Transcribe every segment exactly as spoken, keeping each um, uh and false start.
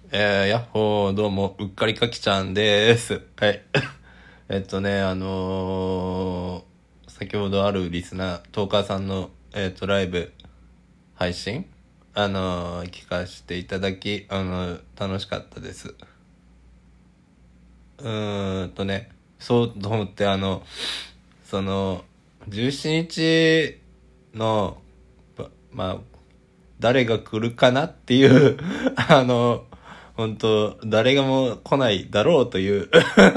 えー、やっほー、どうも、うっかりかきちゃんでーす。はい。えっとね、あのー、先ほどあるリスナー、トーカーさんの、えっと、ライブ、配信あのー、聞かせていただき、あのー、楽しかったです。うーんとね、そうと思って、あの、その、じゅうしちにちの、ばまあ、誰が来るかなっていうあの、本当誰がも来ないだろうという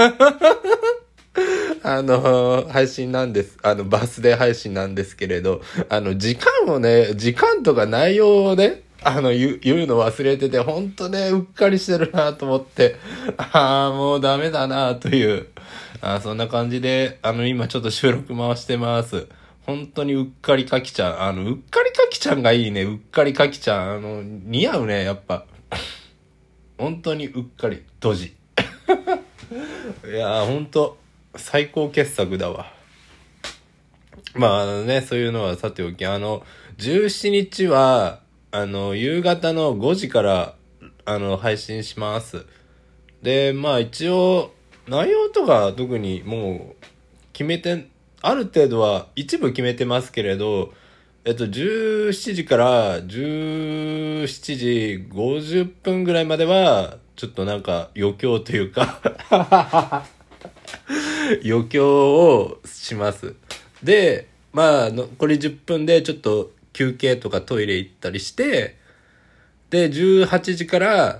あの、配信なんです。あの、バースデー配信なんですけれど、あの、時間をね、時間とか内容をね、あの、言う、言うの忘れてて、ほんとね、うっかりしてるなと思って、ああ、もうダメだなという、あーそんな感じで、あの、今ちょっと収録回してます。本当にうっかりかきちゃん。あの、うっかりかきちゃんがいいね。うっかりかきちゃん。あの、似合うね、やっぱ。本当にうっかり、ドジ。いやー、本当最高傑作だわ。まあ、あのね、そういうのはさておき、あの、じゅうしちにちは、あの、夕方のごじから、あの、配信します。で、まあ一応、内容とか特にもう、決めて、ある程度は一部決めてますけれど、えっと、じゅうしちじからじゅうしちじごじゅっぷんぐらいまでは、ちょっとなんか余興というか余興をします。で、まあ、残りじゅっぷんでちょっと休憩とかトイレ行ったりして、で、じゅうはちじから、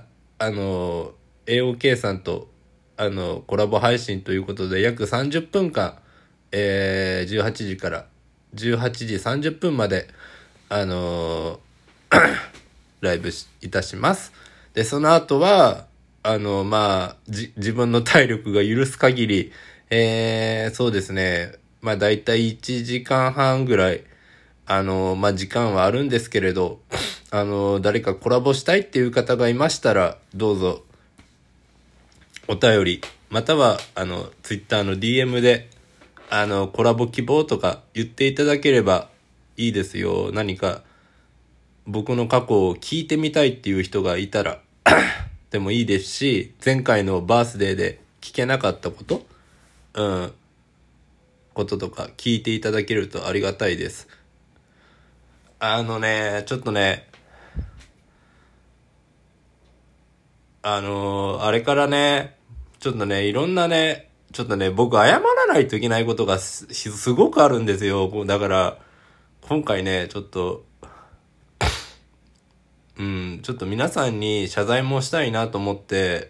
あの、エーオーケー さんと、あの、コラボ配信ということで、約さんじゅっぷんかん、えー、じゅうはちじからじゅうはちじさんじゅっぷんまで、あのライブいたします。で、その後は、あの、まあ、じ、自分の体力が許す限り、えー、そうですね。まあ、だいたいいちじかんはんぐらい、あの、まあ、時間はあるんですけれど、あの、誰かコラボしたいっていう方がいましたら、どうぞ、お便り、または、あの、ツイッターの ディーエム で、あの、コラボ希望とか言っていただければいいですよ。何か、僕の過去を聞いてみたいっていう人がいたらでもいいですし、前回のバースデーで聞けなかったこと、うん、こととか聞いていただけるとありがたいです。あのね、ちょっとね、あのー、あれからね、ちょっとね、いろんなね、ちょっとね、僕謝らないといけないことがす、すごくあるんですよ。だから、今回ね、ちょっと、うん、ちょっと皆さんに謝罪もしたいなと思って、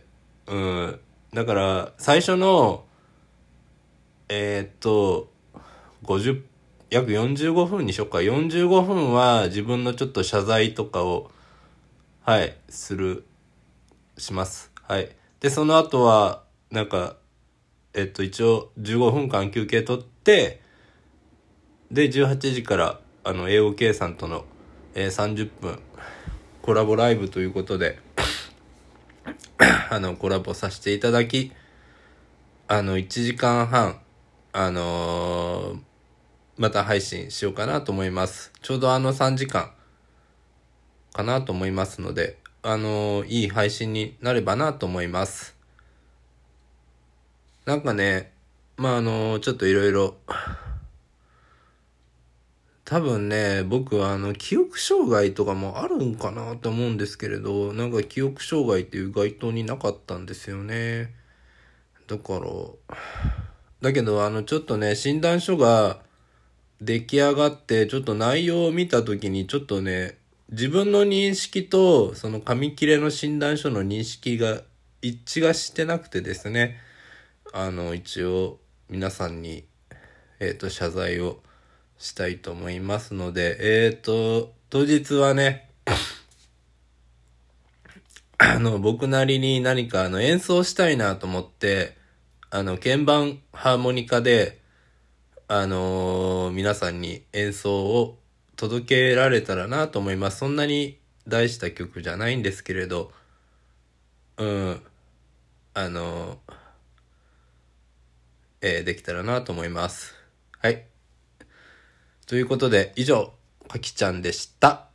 うん、だから、最初の、えー、っと、ごじゅう、約よんじゅうごふんにしよっか。よんじゅうごふんは自分のちょっと謝罪とかを、はい、する、します。はい。で、その後は、なんか、えっと、一応じゅうごふんかん休憩取って、で、じゅうはちじから、あの、エーオーケー さんとの、えー、さんじゅっぷん、コラボライブということで、あの、コラボさせていただき、あの、いちじかんはん、あのー、また配信しようかなと思います。ちょうどあのさんじかんかなと思いますので、あのー、いい配信になればなと思います。なんかね、まあ、あのー、ちょっといろいろ、多分ね、僕はあの、記憶障害とかもあるんかなと思うんですけれど、なんか記憶障害っていう該当になかったんですよね。だから、だけどあの、ちょっとね、診断書が出来上がって、ちょっと内容を見たときに、ちょっとね、自分の認識と、その紙切れの診断書の認識が一致がしてなくてですね、あの、一応、皆さんに、えっと、謝罪をしたいと思いますので、えっと、当日はね、あの、僕なりに何かあの演奏したいなと思って、あの、鍵盤ハーモニカで、あのー皆さんに演奏を届けられたらなと思います。そんなに大した曲じゃないんですけれど、うん、あのーえーできたらなと思います。はい。ということで、以上、かきちゃんでした。